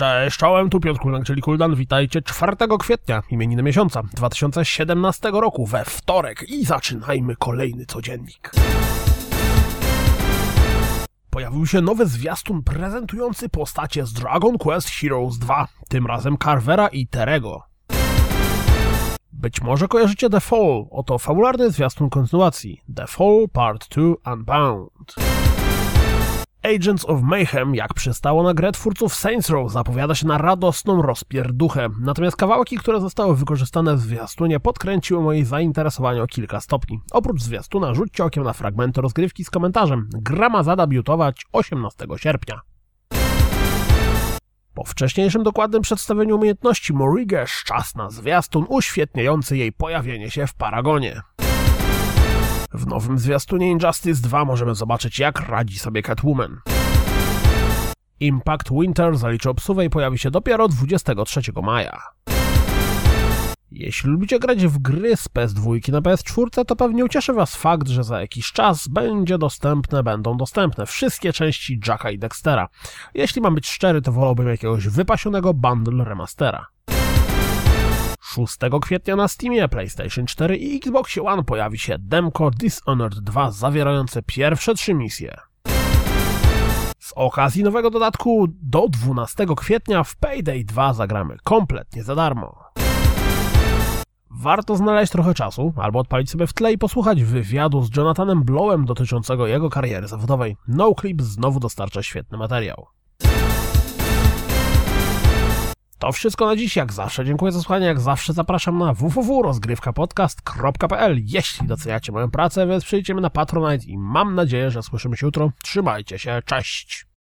Cześć, czołem, tu Piotr Kuldan, czyli Kuldan, witajcie 4 kwietnia, imieniny miesiąca 2017 roku, we wtorek i zaczynajmy kolejny codziennik. Pojawił się nowy zwiastun prezentujący postacie z Dragon Quest Heroes 2, tym razem Carvera i Terego. Być może kojarzycie The Fall, oto fabularny zwiastun kontynuacji, The Fall Part 2 Unbound. Agents of Mayhem, jak przystało na grę twórców Saints Row, zapowiada się na radosną rozpierduchę, natomiast kawałki, które zostały wykorzystane w zwiastunie, podkręciły moje zainteresowanie o kilka stopni. Oprócz zwiastuna rzućcie okiem na fragmenty rozgrywki z komentarzem. Gra ma zadebiutować 18 sierpnia. Po wcześniejszym dokładnym przedstawieniu umiejętności Morrigue, czas na zwiastun uświetniający jej pojawienie się w Paragonie. W nowym zwiastunie Injustice 2 możemy zobaczyć, jak radzi sobie Catwoman. Impact Winter zaliczy obsuwę i pojawi się dopiero 23 maja. Jeśli lubicie grać w gry z PS2 na PS4, to pewnie ucieszy was fakt, że za jakiś czas będą dostępne wszystkie części Jacka i Dextera. Jeśli mam być szczery, to wolałbym jakiegoś wypasionego bundle remastera. 6 kwietnia na Steamie, PlayStation 4 i Xbox One pojawi się demko Dishonored 2 zawierające pierwsze 3 misje. Z okazji nowego dodatku do 12 kwietnia w Payday 2 zagramy kompletnie za darmo. Warto znaleźć trochę czasu, albo odpalić sobie w tle i posłuchać wywiadu z Jonathanem Blowem dotyczącego jego kariery zawodowej. NoClip znowu dostarcza świetny materiał. To wszystko na dziś, jak zawsze dziękuję za słuchanie, jak zawsze zapraszam na www.rozgrywkapodcast.pl. Jeśli doceniacie moją pracę, wesprzyjcie mnie na Patronite i mam nadzieję, że słyszymy się jutro. Trzymajcie się, cześć!